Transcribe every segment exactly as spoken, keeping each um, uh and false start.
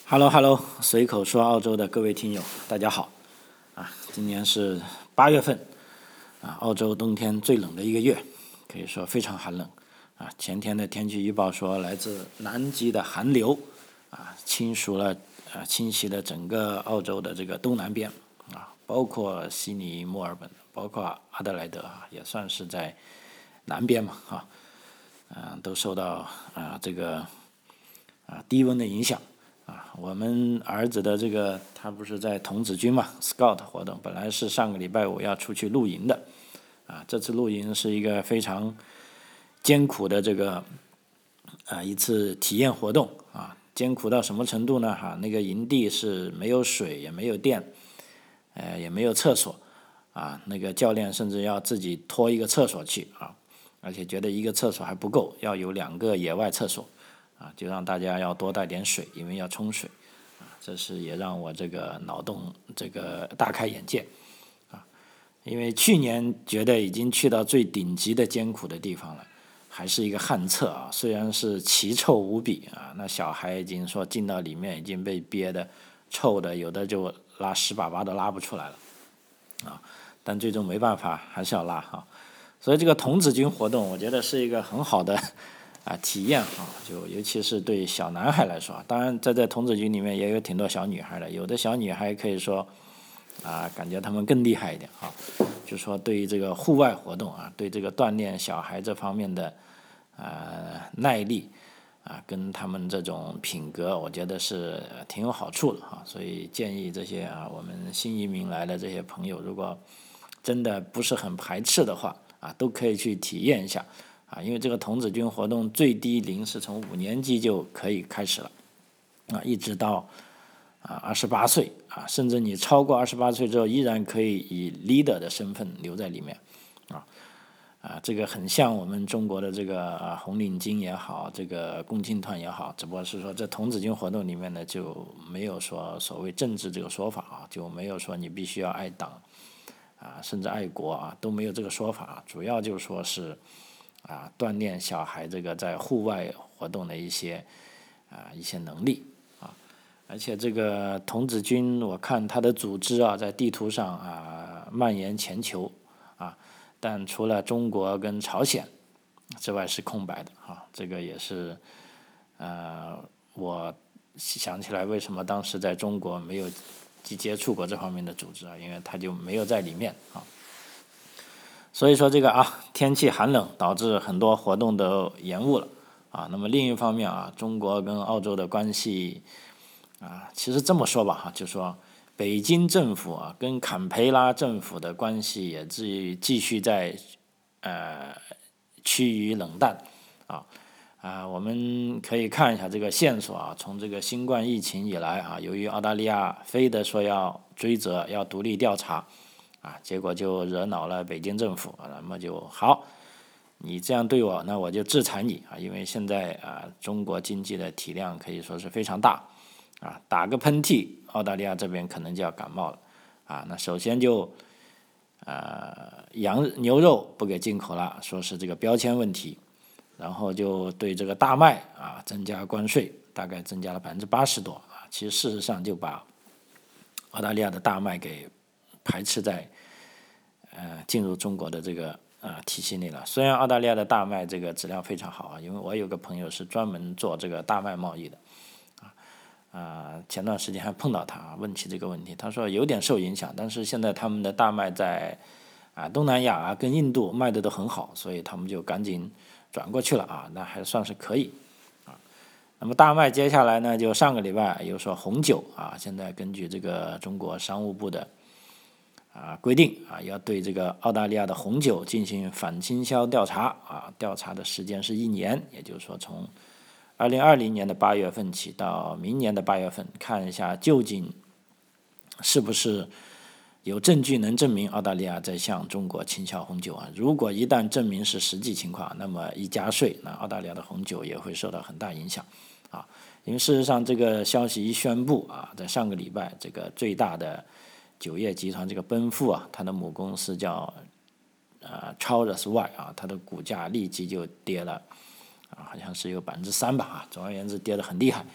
Hello Hello，随口说澳洲的各位听友，大家好啊！今年是八月份啊，澳洲冬天最冷的一个月，可以说非常寒冷啊。前天的天气预报说，来自南极的寒流啊，侵蚀了啊，侵袭了整个澳洲的这个东南边啊，包括悉尼、墨尔本，包括阿德莱德啊，也算是在南边嘛啊，嗯，都受到啊这个啊低温的影响。啊，我们儿子的这个他不是在童子军嘛 ，Scout 活动，本来是上个礼拜五要出去露营的，啊，这次露营是一个非常艰苦的这个啊一次体验活动啊，艰苦到什么程度呢？哈、啊，那个营地是没有水也没有电，呃也没有厕所，啊，那个教练甚至要自己拖一个厕所去啊，而且觉得一个厕所还不够，要有两个野外厕所。啊，就让大家要多带点水，因为要冲水，啊，这是也让我这个脑洞这个大开眼界，啊，因为去年觉得已经去到最顶级的艰苦的地方了，还是一个旱厕啊，虽然是奇臭无比啊，那小孩已经说进到里面已经被憋的臭的，有的就拉屎粑粑都拉不出来了，啊，但最终没办法还是要拉哈，所以这个童子军活动，我觉得是一个很好的。啊，体验啊，就尤其是对小男孩来说，当然在这童子军里面也有挺多小女孩的，有的小女孩可以说啊，感觉她们更厉害一点啊，就说对于这个户外活动啊，对这个锻炼小孩这方面的呃耐力啊，跟他们这种品格，我觉得是挺有好处的啊，所以建议这些啊我们新移民来的这些朋友，如果真的不是很排斥的话啊，都可以去体验一下。啊，因为这个童子军活动最低龄是从五年级就可以开始了，啊，一直到啊二十八岁啊，甚至你超过二十八岁之后，依然可以以 leader 的身份留在里面，啊啊，这个很像我们中国的这个啊红领巾也好，这个共青团也好，只不过是说这童子军活动里面呢就没有说所谓政治这个说法啊，就没有说你必须要爱党啊，甚至爱国啊都没有这个说法，主要就是说是。啊，锻炼小孩这个在户外活动的一些啊一些能力啊，而且这个童子军，我看它的组织啊，在地图上啊蔓延全球啊，但除了中国跟朝鲜之外是空白的啊，这个也是呃我想起来为什么当时在中国没有去接触过这方面的组织啊，因为它就没有在里面啊。所以说这个啊，天气寒冷导致很多活动都延误了啊。那么另一方面啊，中国跟澳洲的关系啊，其实这么说吧哈，就说北京政府啊跟坎培拉政府的关系也至于继续在呃趋于冷淡啊啊。我们可以看一下这个线索啊，从这个新冠疫情以来啊，由于澳大利亚非得说要追责，要独立调查。啊，结果就惹恼了北京政府，那么就好，你这样对我，那我就制裁你啊，因为现在啊，中国经济的体量可以说是非常大，啊，打个喷嚏，澳大利亚这边可能就要感冒了，啊，那首先就，呃，羊牛肉不给进口了，说是这个标签问题，然后就对这个大麦啊增加关税，大概增加了百分之八十多啊，其实事实上就把澳大利亚的大麦给排斥在呃进入中国的这个呃体系内了。虽然澳大利亚的大麦这个质量非常好啊，因为我有个朋友是专门做这个大麦贸易的，啊啊，前段时间还碰到他问起这个问题，他说有点受影响，但是现在他们的大麦在啊东南亚啊跟印度卖的都很好，所以他们就赶紧转过去了啊，那还算是可以。那么大麦接下来呢，就上个礼拜又说红酒啊，现在根据这个中国商务部的啊规定啊，要对这个澳大利亚的红酒进行反倾销调查啊，调查的时间是一年，也就是说从二零二零年的八月份起到明年的八月份，看一下究竟是不是有证据能证明澳大利亚在向中国倾销红酒啊。如果一旦证明是实际情况，那么一加税，那澳大利亚的红酒也会受到很大影响啊。因为事实上这个消息一宣布啊，在上个礼拜，这个最大的酒业集团这个奔富啊，它的母公司叫呃 Chaurus Y 啊，它的股价立即就跌了啊，好像是有百分之三吧啊，总而言之跌得很厉害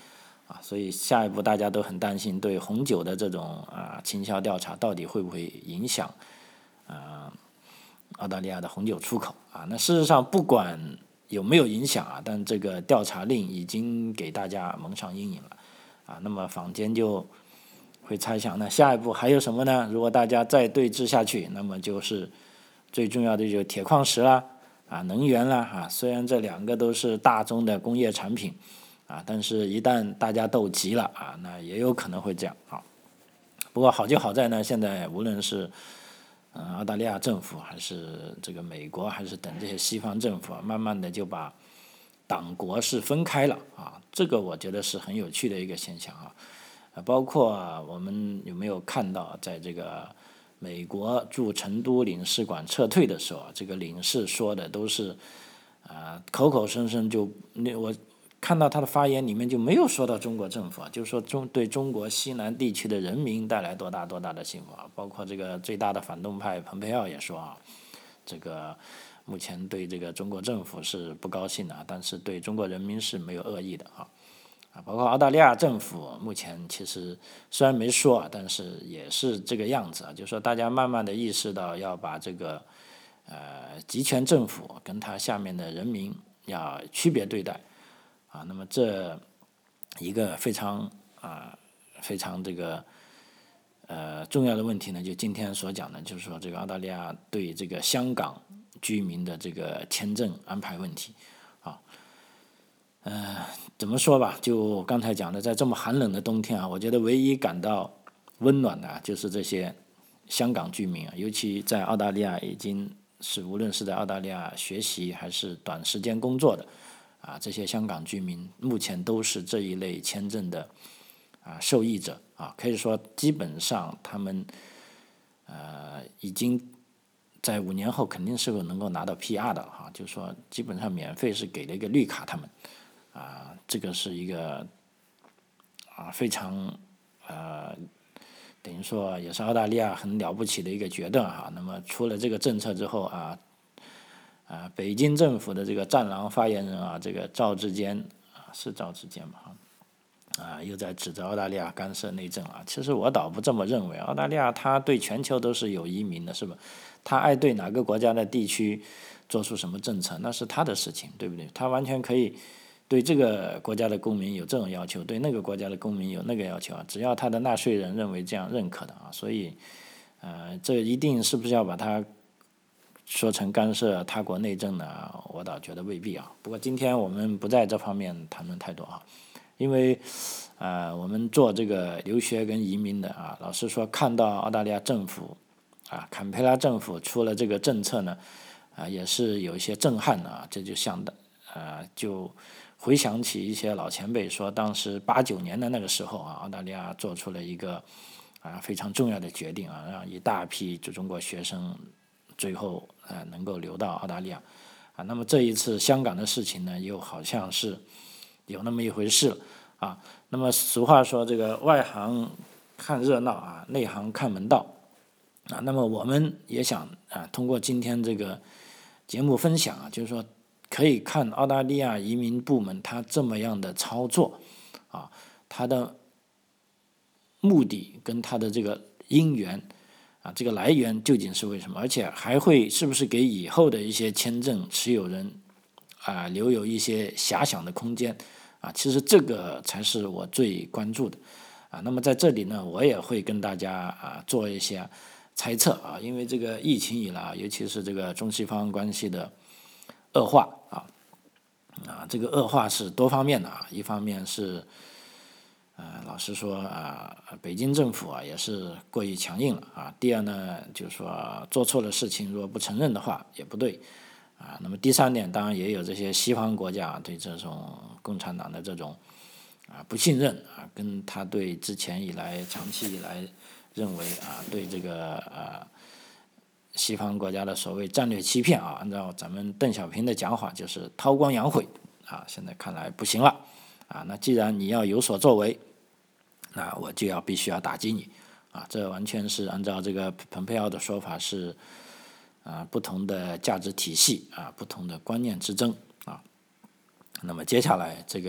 啊，所以下一步大家都很担心对红酒的这种啊倾销调查到底会不会影响啊澳大利亚的红酒出口啊？那事实上不管有没有影响啊，但这个调查令已经给大家蒙上阴影了啊。那么坊间就会猜想，那下一步还有什么呢？如果大家再对峙下去，那么就是最重要的就是铁矿石啦，啊，能源啦，啊，虽然这两个都是大宗的工业产品，啊，但是一旦大家斗急了啊，那也有可能会这样啊。不过好就好在呢，现在无论是嗯澳大利亚政府还是这个美国，还是等这些西方政府啊，慢慢的就把党国是分开了啊，这个我觉得是很有趣的一个现象啊。包括我们有没有看到，在这个美国驻成都领事馆撤退的时候，这个领事说的都是啊、呃、口口声声就那我看到他的发言里面就没有说到中国政府啊，就是说中对中国西南地区的人民带来多大多大的幸福啊，包括这个最大的反动派蓬佩奥也说啊，这个目前对这个中国政府是不高兴的，但是对中国人民是没有恶意的啊。啊，包括澳大利亚政府目前其实虽然没说啊，但是也是这个样子啊，就是说大家慢慢的意识到要把这个呃集权政府跟他下面的人民要区别对待啊。那么这一个非常啊非常这个呃重要的问题呢，就今天所讲的，就是说这个澳大利亚对这个香港居民的这个签证安排问题啊。呃，怎么说吧？就刚才讲的，在这么寒冷的冬天啊，我觉得唯一感到温暖的、啊、就是这些香港居民啊，尤其在澳大利亚已经是无论是在澳大利亚学习还是短时间工作的啊，这些香港居民目前都是这一类签证的啊受益者啊，可以说基本上他们呃已经在五年后肯定是能够拿到 P R 的哈、啊，就是说基本上免费是给了一个绿卡他们。啊，这个是一个啊非常呃，等于说也是澳大利亚很了不起的一个决断哈。那么出了这个政策之后啊，啊，北京政府的这个战狼发言人啊，这个赵志坚啊，是赵志坚嘛啊，又在指责澳大利亚干涉内政啊。其实我倒不这么认为，澳大利亚它对全球都是有移民的，是吧？他爱对哪个国家的地区做出什么政策，那是他的事情，对不对？他完全可以。对这个国家的公民有这种要求，对那个国家的公民有那个要求啊，只要他的纳税人认为这样认可的啊，所以，呃，这一定是不是要把它说成干涉他国内政呢？我倒觉得未必啊。不过今天我们不在这方面谈论太多啊，因为，呃，我们做这个留学跟移民的啊，老实说，看到澳大利亚政府啊，坎培拉政府出了这个政策呢，啊，也是有一些震撼的啊，这就相当，呃，就。回想起一些老前辈说，当时八九年的那个时候啊，澳大利亚做出了一个啊非常重要的决定啊，让一大批就中国学生最后呃能够留到澳大利亚啊。那么这一次香港的事情呢，又好像是有那么一回事啊。那么俗话说，这个外行看热闹啊，内行看门道啊。那么我们也想啊，通过今天这个节目分享啊，就是说。可以看澳大利亚移民部门他这么样的操作，啊，他的目的跟他的这个因缘，啊，这个来源究竟是为什么？而且还会是不是给以后的一些签证持有人啊留有一些遐想的空间？啊，其实这个才是我最关注的，啊，那么在这里呢，我也会跟大家啊做一些猜测啊，因为这个疫情以来，尤其是这个中西方关系的。恶化啊啊，这个恶化是多方面的啊，一方面是，呃，老实说啊，北京政府啊也是过于强硬了啊。第二呢，就是说做错了事情，如果不承认的话也不对啊。那么第三点，当然也有这些西方国家对这种共产党的这种啊不信任啊，跟他对之前以来长期以来认为啊对这个啊。西方国家的所谓战略欺骗啊，按照咱们邓小平的讲法，就是韬光养晦啊。现在看来不行了啊。那既然你要有所作为，那我就要必须要打击你啊。这完全是按照这个蓬佩奥的说法是啊不同的价值体系啊，不同的观念之争啊。那么接下来这个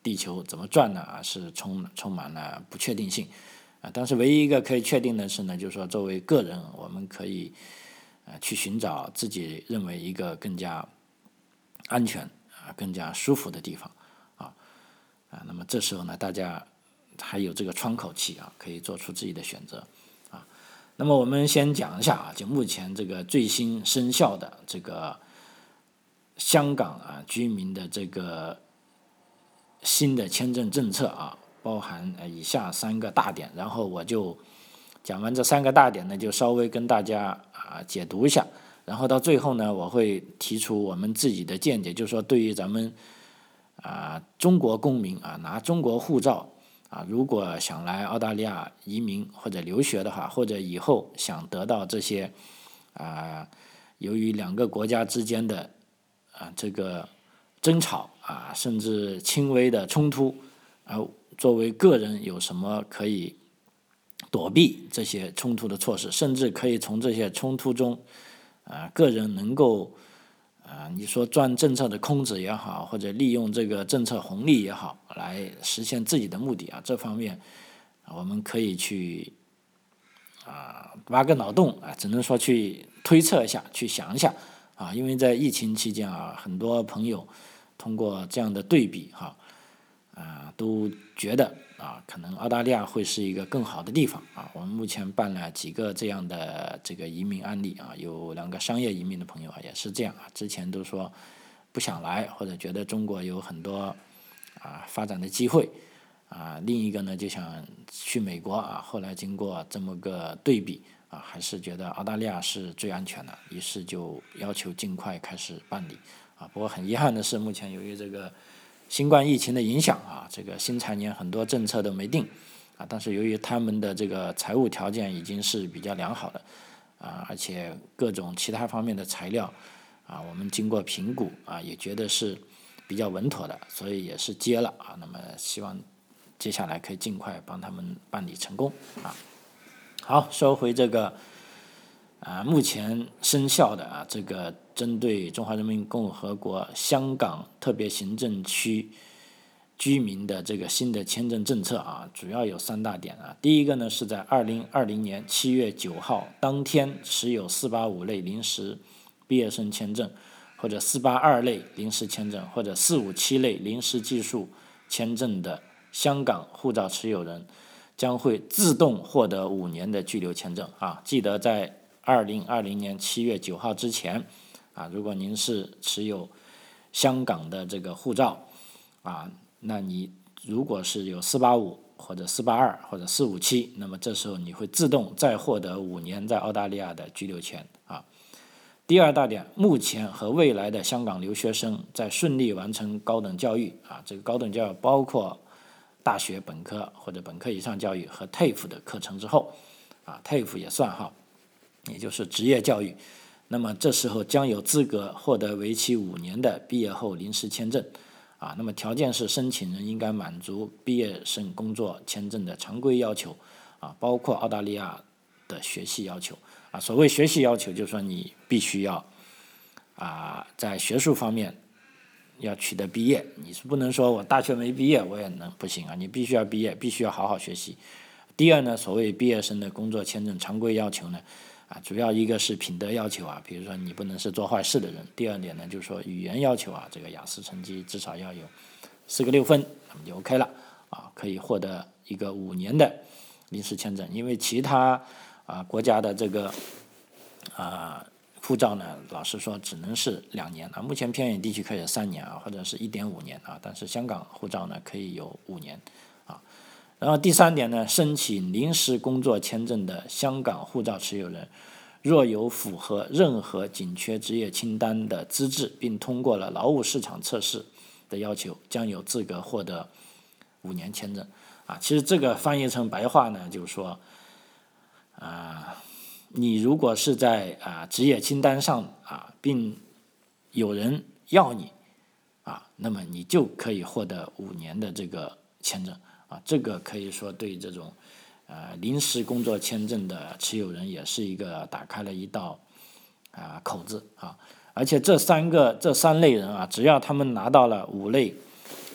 地球怎么转呢啊，是充充满了不确定性啊。但是唯一一个可以确定的是呢，就是说作为个人，我们可以呃去寻找自己认为一个更加安全啊、更加舒服的地方啊啊。那么这时候呢，大家还有这个窗口期啊，可以做出自己的选择啊。那么我们先讲一下啊，就目前这个最新生效的这个香港啊居民的这个新的签证政策啊，包含呃以下三个大点，然后我就讲完这三个大点呢，就稍微跟大家啊解读一下，然后到最后呢，我会提出我们自己的见解，就是说对于咱们啊中国公民啊拿中国护照啊，如果想来澳大利亚移民或者留学的话，或者以后想得到这些啊由于两个国家之间的啊这个争吵啊，甚至轻微的冲突，啊，作为个人有什么可以躲避这些冲突的措施，甚至可以从这些冲突中，啊，个人能够啊，你说赚政策的空子也好，或者利用这个政策红利也好，来实现自己的目的啊，这方面我们可以去啊挖个脑洞啊，只能说去推测一下，去想一下啊，因为在疫情期间啊，很多朋友通过这样的对比哈，啊，都觉得啊，可能澳大利亚会是一个更好的地方啊。我们目前办了几个这样的这个移民案例啊，有两个商业移民的朋友啊，也是这样啊，之前都说不想来，或者觉得中国有很多啊发展的机会啊，另一个呢就想去美国啊，后来经过这么个对比啊，还是觉得澳大利亚是最安全的，于是就要求尽快开始办理啊。不过很遗憾的是，目前由于这个新冠疫情的影响啊，这个新财年很多政策都没定啊，但是由于他们的这个财务条件已经是比较良好的啊，而且各种其他方面的材料啊，我们经过评估啊，也觉得是比较稳妥的，所以也是接了啊。那么希望接下来可以尽快帮他们办理成功啊。好，说回这个啊，目前生效的啊，这个针对中华人民共和国香港特别行政区居民的这个新的签证政策啊，主要有三大点啊。第一个呢，是在二零二零年七月九号当天持有四八五类临时毕业生签证，或者四八二类临时签证，或者四五七类临时技术签证的香港护照持有人，将会自动获得五年的居留签证啊！记得在二零二零年七月九号之前啊，如果您是持有香港的这个护照啊，那你如果是有四八五或者四八二或者四五七，那么这时候你会自动再获得五年在澳大利亚的居留权啊。第二大点，目前和未来的香港留学生在顺利完成高等教育啊，这个高等教育包括大学本科或者本科以上教育和 T A F E 的课程之后啊 ，T A F E 也算哈，也就是职业教育，那么这时候将有资格获得为期五年的毕业后临时签证啊，那么条件是申请人应该满足毕业生工作签证的常规要求啊，包括澳大利亚的学习要求啊。所谓学习要求，就是说你必须要啊在学术方面要取得毕业，你是不能说我大学没毕业我也能，不行啊，你必须要毕业，必须要好好学习。第二呢，所谓毕业生的工作签证常规要求呢，啊，主要一个是品德要求啊，比如说你不能是做坏事的人。第二点呢，就是说语言要求啊，这个雅思成绩至少要有四个六分，那么就 OK 了啊，可以获得一个五年的临时签证。因为其他啊国家的这个啊护照呢，老实说只能是两年啊，目前偏远地区可以有三年啊，或者是一点五年啊，但是香港护照呢可以有五年啊。然后第三点呢，申请临时工作签证的香港护照持有人，若有符合任何紧缺职业清单的资质，并通过了劳务市场测试的要求，将有资格获得五年签证啊。其实这个翻译成白话呢，就是说啊，你如果是在啊职业清单上啊，并有人要你啊，那么你就可以获得五年的这个签证。啊，这个可以说对这种呃临时工作签证的持有人也是一个打开了一道啊、呃、口子啊，而且这三个这三类人啊，只要他们拿到了五类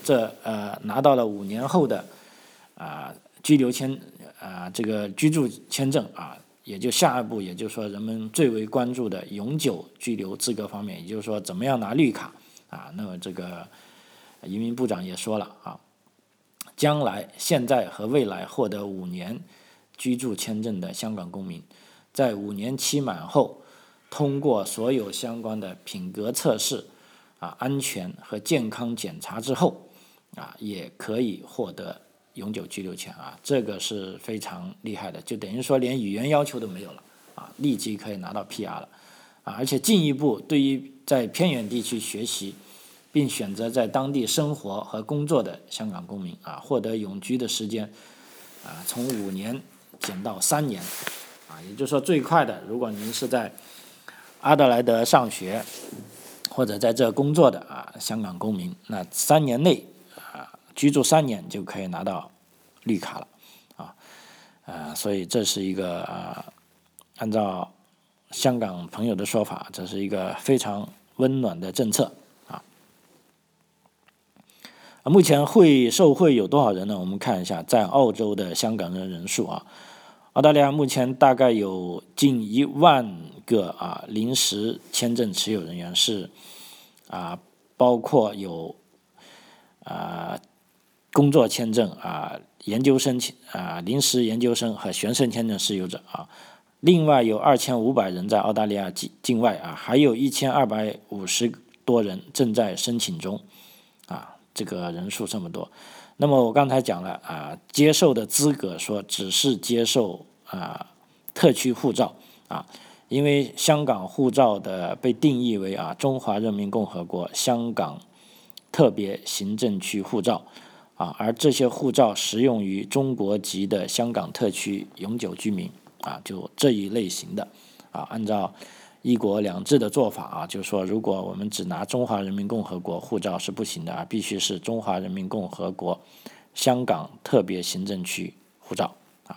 这呃拿到了五年后的啊、呃、居留签啊、呃、这个居住签证啊，也就下一步，也就是说人们最为关注的永久居留资格方面，也就是说怎么样拿绿卡啊。那么这个移民部长也说了啊，将来现在和未来获得五年居住签证的香港公民，在五年期满后，通过所有相关的品格测试啊、安全和健康检查之后啊，也可以获得永久居留权啊，这个是非常厉害的，就等于说连语言要求都没有了啊，立即可以拿到 P R 了啊，而且进一步对于在偏远地区学习并选择在当地生活和工作的香港公民啊，获得永居的时间啊，从五年减到三年啊，也就是说最快的，如果您是在阿德莱德上学或者在这工作的啊香港公民，那三年内啊居住三年就可以拿到绿卡了啊，呃，所以这是一个啊，按照香港朋友的说法，这是一个非常温暖的政策啊。目前会受惠有多少人呢？我们看一下在澳洲的香港人人数啊，澳大利亚目前大概有近一万个啊临时签证持有人员，是啊，包括有啊工作签证啊、研究生啊、临时研究生和学生签证持有者啊。另外有二千五百人在澳大利亚境境外啊，还有一千二百五十多人正在申请中啊，这个人数这么多。那么我刚才讲了啊，接受的资格说只是接受啊特区护照啊，因为香港护照的被定义为啊中华人民共和国香港特别行政区护照啊，而这些护照适用于中国籍的香港特区永久居民啊，就这一类型的啊，按照一国两制的做法啊，就是说如果我们只拿中华人民共和国护照是不行的啊，必须是中华人民共和国香港特别行政区护照啊。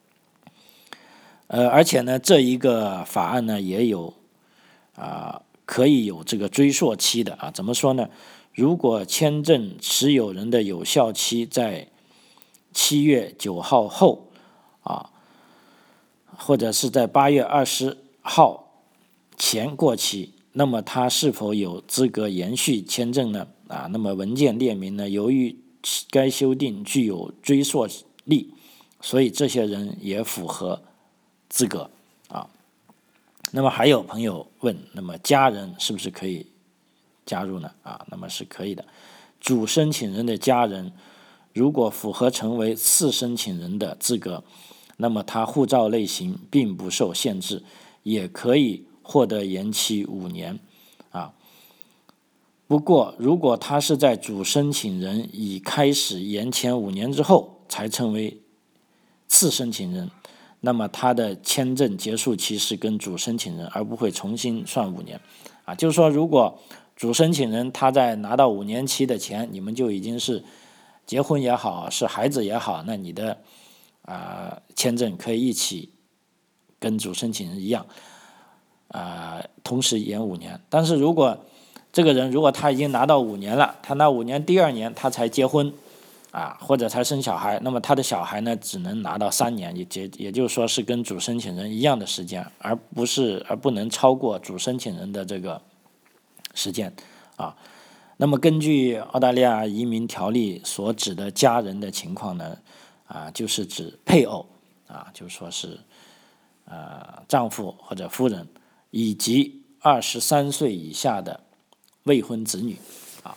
呃，而且呢，这一个法案呢也有啊，可以有这个追溯期的啊。怎么说呢？如果签证持有人的有效期在七月九号后啊，或者是在八月二十号前过期，那么他是否有资格延续签证呢？啊，那么文件列明呢，由于该修订具有追溯力，所以这些人也符合资格啊。那么还有朋友问，那么家人是不是可以加入呢？啊，那么是可以的。主申请人的家人如果符合成为次申请人的资格，那么他护照类型并不受限制，也可以获得延期五年啊。不过，如果他是在主申请人已开始延签五年之后才成为次申请人，那么他的签证结束期是跟主申请人，而不会重新算五年啊。就是说，如果主申请人他在拿到五年期的钱，你们就已经是结婚也好，是孩子也好，那你的啊、呃、签证可以一起跟主申请人一样啊、呃，同时延五年。但是如果这个人如果他已经拿到五年了，他那五年第二年他才结婚啊，或者才生小孩，那么他的小孩呢只能拿到三年，也也也就是说是跟主申请人一样的时间，而不是而不能超过主申请人的这个时间啊。那么根据澳大利亚移民条例所指的家人的情况呢，啊，就是指配偶啊，就是说是呃丈夫或者夫人，以及二十三岁以下的未婚子女啊。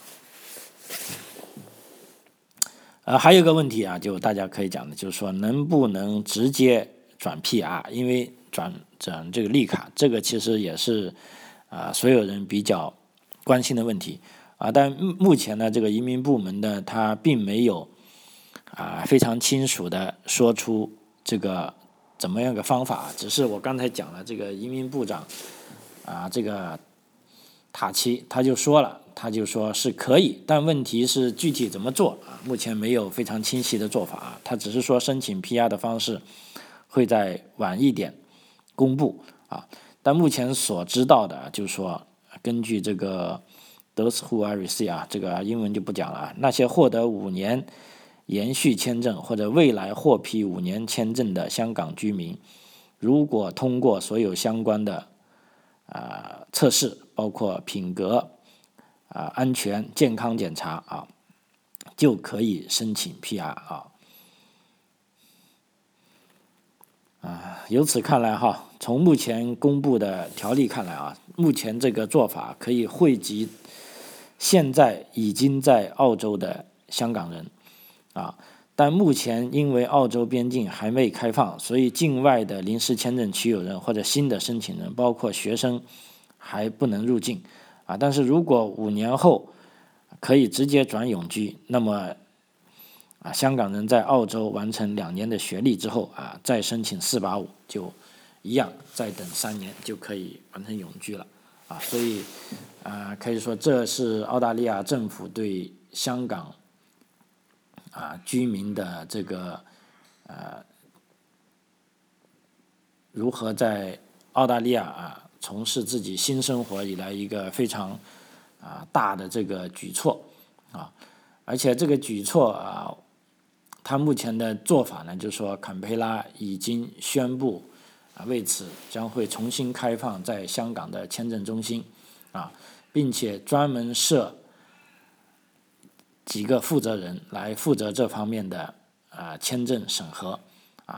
呃，还有一个问题啊，就大家可以讲的，就是说能不能直接转 P R？ 因为转转这个绿卡，这个其实也是啊、呃、所有人比较关心的问题啊。但目前呢，这个移民部门呢，它并没有啊、呃、非常清楚的说出这个怎么样一个方法，只是我刚才讲了，这个移民部长啊、这个塔奇他就说了。他就说是可以，但问题是具体怎么做啊？目前没有非常清晰的做法啊。他只是说申请 P R 的方式会在晚一点公布啊。但目前所知道的就是说，根据这个 those who are receive 啊，这个英文就不讲了啊。那些获得五年延续签证或者未来获批五年签证的香港居民，如果通过所有相关的啊、呃、测试，包括品格啊、呃、安全、健康检查啊，就可以申请 P R 啊。啊，由此看来哈，从目前公布的条例看来啊，目前这个做法可以惠及现在已经在澳洲的香港人啊，但目前因为澳洲边境还未开放，所以境外的临时签证持有人或者新的申请人，包括学生还不能入境啊。但是如果五年后可以直接转永居，那么啊，香港人在澳洲完成两年的学历之后啊，再申请四八五就一样，再等三年就可以完成永居了啊。所以啊，可以说这是澳大利亚政府对香港啊居民的这个呃如何在澳大利亚啊从事自己新生活以来一个非常啊大的这个举措啊，而且这个举措啊。他目前的做法呢，就是说坎培拉已经宣布啊，为此将会重新开放在香港的签证中心啊，并且专门设几个负责人来负责这方面的啊签证审核啊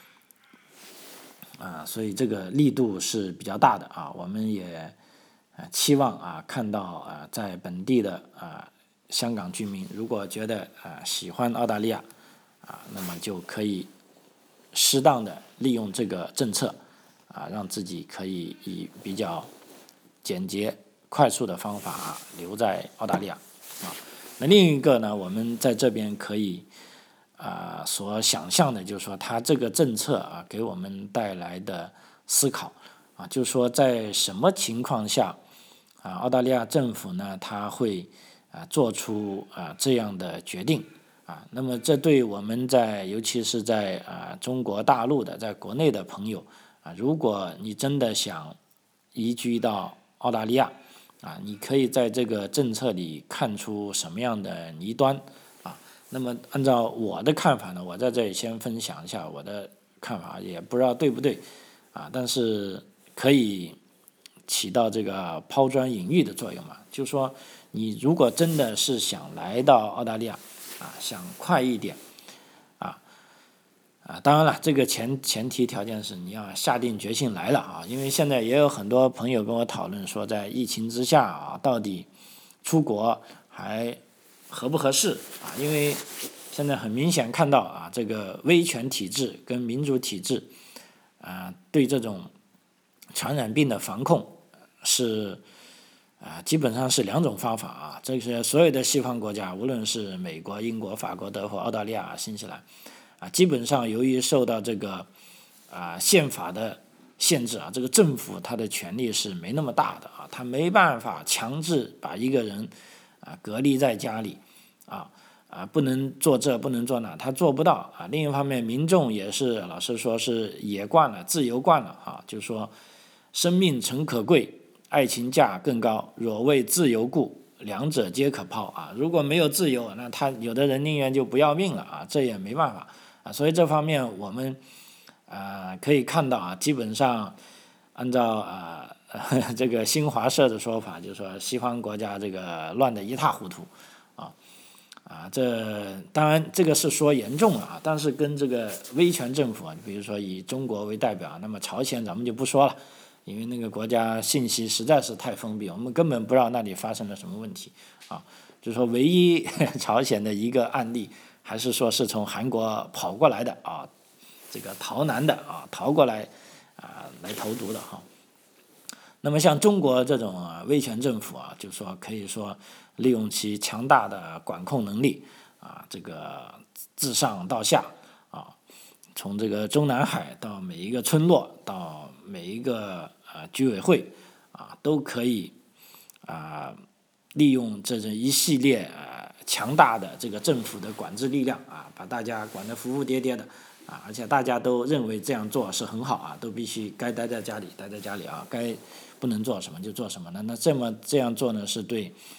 啊，所以这个力度是比较大的啊，我们也啊期望啊看到啊在本地的啊香港居民如果觉得啊喜欢澳大利亚。啊，那么就可以适当的利用这个政策，啊，让自己可以以比较简洁、快速的方法啊留在澳大利亚啊。那另一个呢，我们在这边可以啊所想象的，就是说它这个政策啊给我们带来的思考啊，就是说在什么情况下啊，澳大利亚政府呢，它会啊做出啊这样的决定。啊，那么这对我们在尤其是在啊中国大陆的在国内的朋友啊，如果你真的想移居到澳大利亚啊，你可以在这个政策里看出什么样的弊端啊？那么按照我的看法呢，我在这里先分享一下我的看法，也不知道对不对啊，但是可以起到这个抛砖引玉的作用嘛，就是说你如果真的是想来到澳大利亚。啊，想快一点，啊啊，当然了，这个前前提条件是你要下定决心来了啊，因为现在也有很多朋友跟我讨论说，在疫情之下啊，到底出国还合不合适啊？因为现在很明显看到啊，这个威权体制跟民主体制啊，对这种传染病的防控是。啊，基本上是两种方法啊。这些所有的西方国家，无论是美国、英国、法国、德国、澳大利亚、新西兰，啊，基本上由于受到这个啊宪法的限制啊，这个政府它的权力是没那么大的啊，它没办法强制把一个人啊隔离在家里啊啊不能做这不能做那，他做不到啊。另一方面，民众也是老实说是野惯了，自由惯了啊，就是说生命诚可贵。爱情价更高，若为自由故，两者皆可抛啊！如果没有自由，那他有的人宁愿就不要命了啊，这也没办法啊。所以这方面我们啊、呃、可以看到啊，基本上按照啊、呃、这个新华社的说法，就是说西方国家这个乱得一塌糊涂啊啊！这当然这个是说严重了啊，但是跟这个威权政府啊，比如说以中国为代表，那么朝鲜咱们就不说了。因为那个国家信息实在是太封闭，我们根本不知道那里发生了什么问题啊。就是说，唯一朝鲜的一个案例，还是说是从韩国跑过来的啊，这个逃难的啊，逃过来啊来投毒的哈。那么像中国这种威权政府啊，就是说可以说利用其强大的管控能力啊，这个自上到下啊，从这个中南海到每一个村落到每一个。啊，居委会啊，都可以啊，利用这种一系列啊强大的这个政府的管制力量啊，把大家管得服服帖帖的啊，而且大家都认为这样做是很好啊，都必须该待在家里待在家里啊，该不能做什么就做什么呢？那这么这样做呢，是对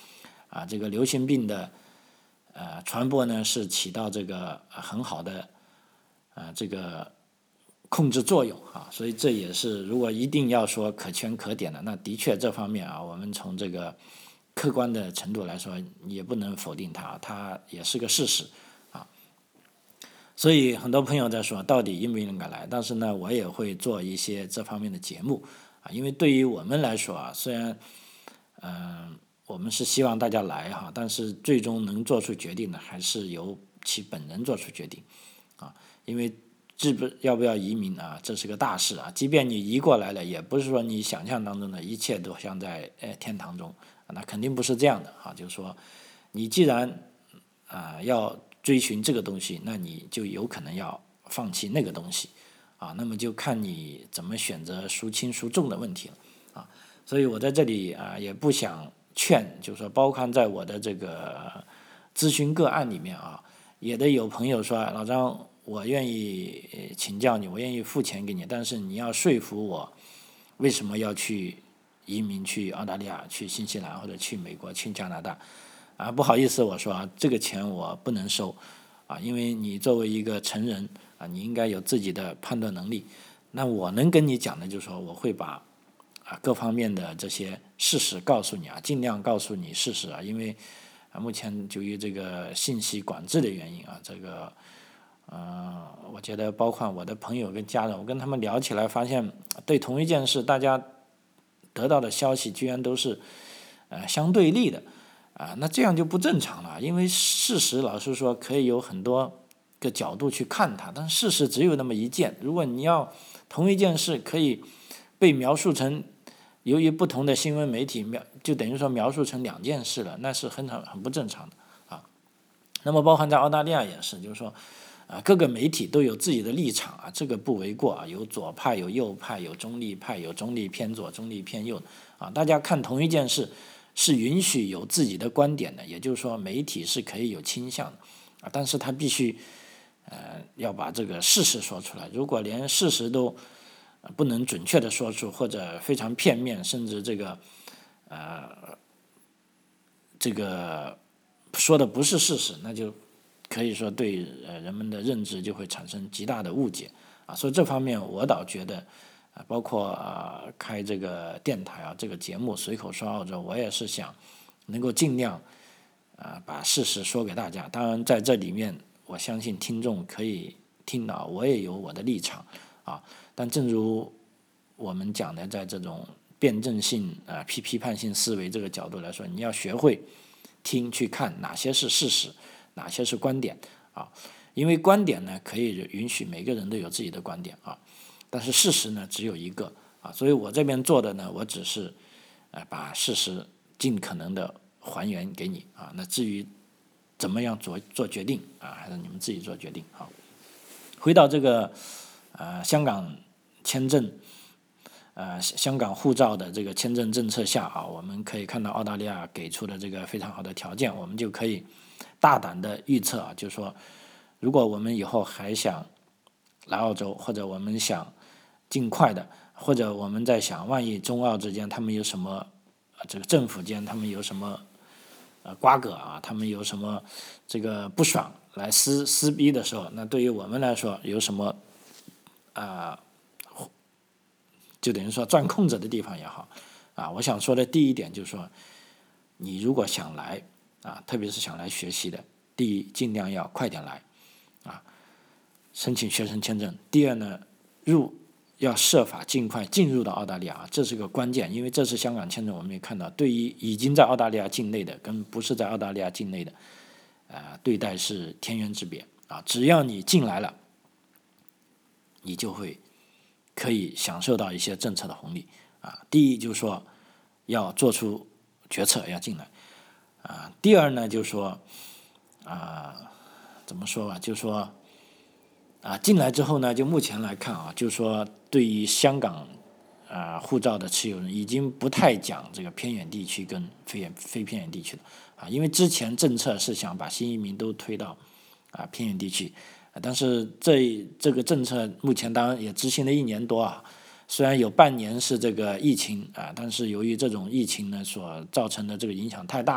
啊，这个流行病的呃传播呢是起到这个很好的呃这个控制作用啊，所以这也是如果一定要说可圈可点的，那的确这方面啊，我们从这个客观的程度来说，也不能否定它，它也是个事实啊。所以很多朋友在说，到底应不应该来？但是呢，我也会做一些这方面的节目啊，因为对于我们来说啊，虽然嗯、呃、我们是希望大家来哈，但是最终能做出决定的还是由其本人做出决定啊，因为是不要不要移民啊，这是个大事啊。即便你移过来了，也不是说你想象当中的一切都像在呃天堂中，那肯定不是这样的啊。就是说，你既然啊、呃、要追寻这个东西，那你就有可能要放弃那个东西啊。那么就看你怎么选择孰轻孰重的问题了啊。所以我在这里啊、呃、也不想劝，就是说，包括在我的这个咨询个案里面啊，也得有朋友说，老张，我愿意请教你，我愿意付钱给你，但是你要说服我为什么要去移民去澳大利亚、去新西兰或者去美国、去加拿大啊？不好意思，我说啊，这个钱我不能收啊，因为你作为一个成人啊，你应该有自己的判断能力。那我能跟你讲的就是说，我会把啊各方面的这些事实告诉你啊，尽量告诉你事实啊，因为啊目前由于这个信息管制的原因啊，这个。呃，我觉得包括我的朋友跟家人，我跟他们聊起来，发现对同一件事，大家得到的消息居然都是呃相对立的啊、呃，那这样就不正常了。因为事实，老实说，可以有很多个角度去看它，但事实只有那么一件。如果你要同一件事可以被描述成，由于不同的新闻媒体描，就等于说描述成两件事了，那是很很很不正常的啊。那么，包含在澳大利亚也是，就是说。啊，各个媒体都有自己的立场啊，这个不为过啊。有左派，有右派，有中立派，有中立偏左、中立偏右啊。大家看同一件事，是允许有自己的观点的，也就是说，媒体是可以有倾向的啊，但是他必须呃要把这个事实说出来。如果连事实都不能准确的说出，或者非常片面，甚至这个呃这个说的不是事实，那就。可以说对呃人们的认知就会产生极大的误解啊，所以这方面我倒觉得啊，包括啊开这个电台啊这个节目随口说澳洲，我也是想能够尽量啊把事实说给大家。当然在这里面，我相信听众可以听到，我也有我的立场啊。但正如我们讲的，在这种辩证性啊批批判性思维这个角度来说，你要学会听去看哪些是事实。哪些是观点啊？因为观点呢，可以允许每个人都有自己的观点啊，但是事实呢只有一个啊，所以我这边做的呢，我只是呃把事实尽可能的还原给你啊。那至于怎么样做做决定啊，还是你们自己做决定啊。回到这个呃香港签证呃香港护照的这个签证政策下啊，我们可以看到澳大利亚给出的这个非常好的条件，我们就可以。大胆的预测啊，就是说，如果我们以后还想来澳洲，或者我们想尽快的，或者我们在想，万一中澳之间他们有什么，这个政府间他们有什么呃瓜葛啊，他们有什么这个不爽来撕撕逼的时候，那对于我们来说有什么啊、呃，就等于说钻空子的地方也好啊，我想说的第一点就是说，你如果想来。啊，特别是想来学习的，第一，尽量要快点来，啊，申请学生签证。第二呢，入要设法尽快进入到澳大利亚啊，这是个关键，因为这次香港签证我们也看到，对于已经在澳大利亚境内的跟不是在澳大利亚境内的，呃，对待是天渊之别啊。只要你进来了，你就会可以享受到一些政策的红利啊。第一就是说要做出决策，要进来。啊，第二呢，就是说，啊，怎么说吧，就是说，啊，进来之后呢，就目前来看啊，就是说，对于香港啊护照的持有人，已经不太讲这个偏远地区跟非远非偏远地区了啊，因为之前政策是想把新移民都推到啊偏远地区，但是这这个政策目前当然也执行了一年多啊。虽然有半年是这个疫情啊，但是由于这种疫情呢所造成的这个影响太大了，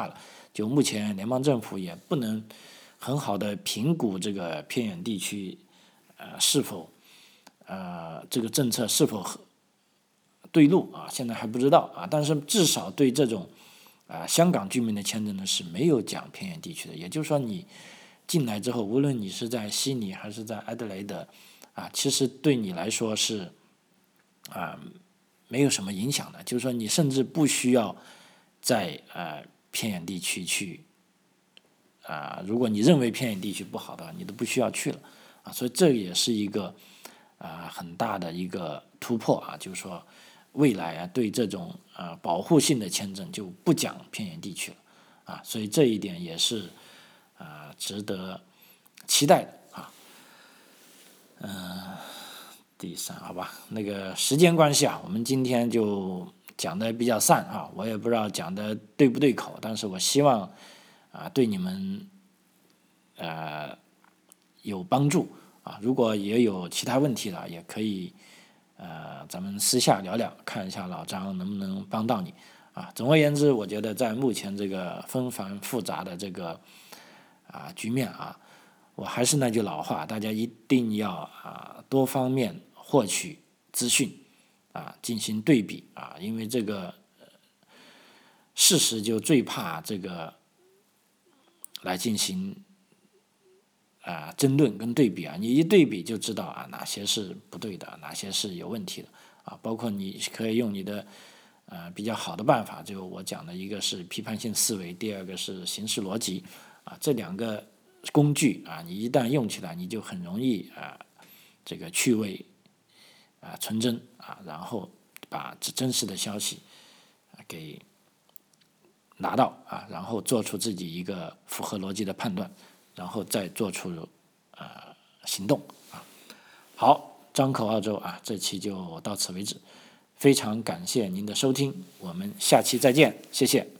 就目前联邦政府也不能很好的评估这个偏远地区呃是否呃这个政策是否对路啊，现在还不知道啊，但是至少对这种啊香港居民的签证呢是没有讲偏远地区的，也就是说你进来之后，无论你是在悉尼还是在埃德雷德啊，其实对你来说是啊没有什么影响的，就是说你甚至不需要在呃偏远地区去啊，如果你认为偏远地区不好的话，你都不需要去了啊，所以这也是一个啊很大的一个突破啊，就是说未来啊对这种啊保护性的签证就不讲偏远地区了啊，所以这一点也是啊值得期待的啊。嗯、呃，第三，好吧，那个时间关系啊，我们今天就讲的比较散啊，我也不知道讲的对不对口，但是我希望啊对你们呃有帮助啊。如果也有其他问题的，也可以呃咱们私下聊聊，看一下老张能不能帮到你啊。总而言之，我觉得在目前这个纷繁复杂的这个啊局面啊，我还是那句老话，大家一定要啊多方面获取资讯啊，进行对比啊，因为这个、呃、事实就最怕这个来进行啊争论跟对比啊，你一对比就知道啊哪些是不对的，哪些是有问题的啊，包括你可以用你的呃比较好的办法，就我讲的一个是批判性思维，第二个是形式逻辑啊，这两个工具啊，你一旦用起来，你就很容易啊这个去伪啊存真啊，然后把真实的消息啊给拿到啊，然后做出自己一个符合逻辑的判断，然后再做出呃行动啊。好，张口澳洲啊，这期就到此为止，非常感谢您的收听，我们下期再见，谢谢。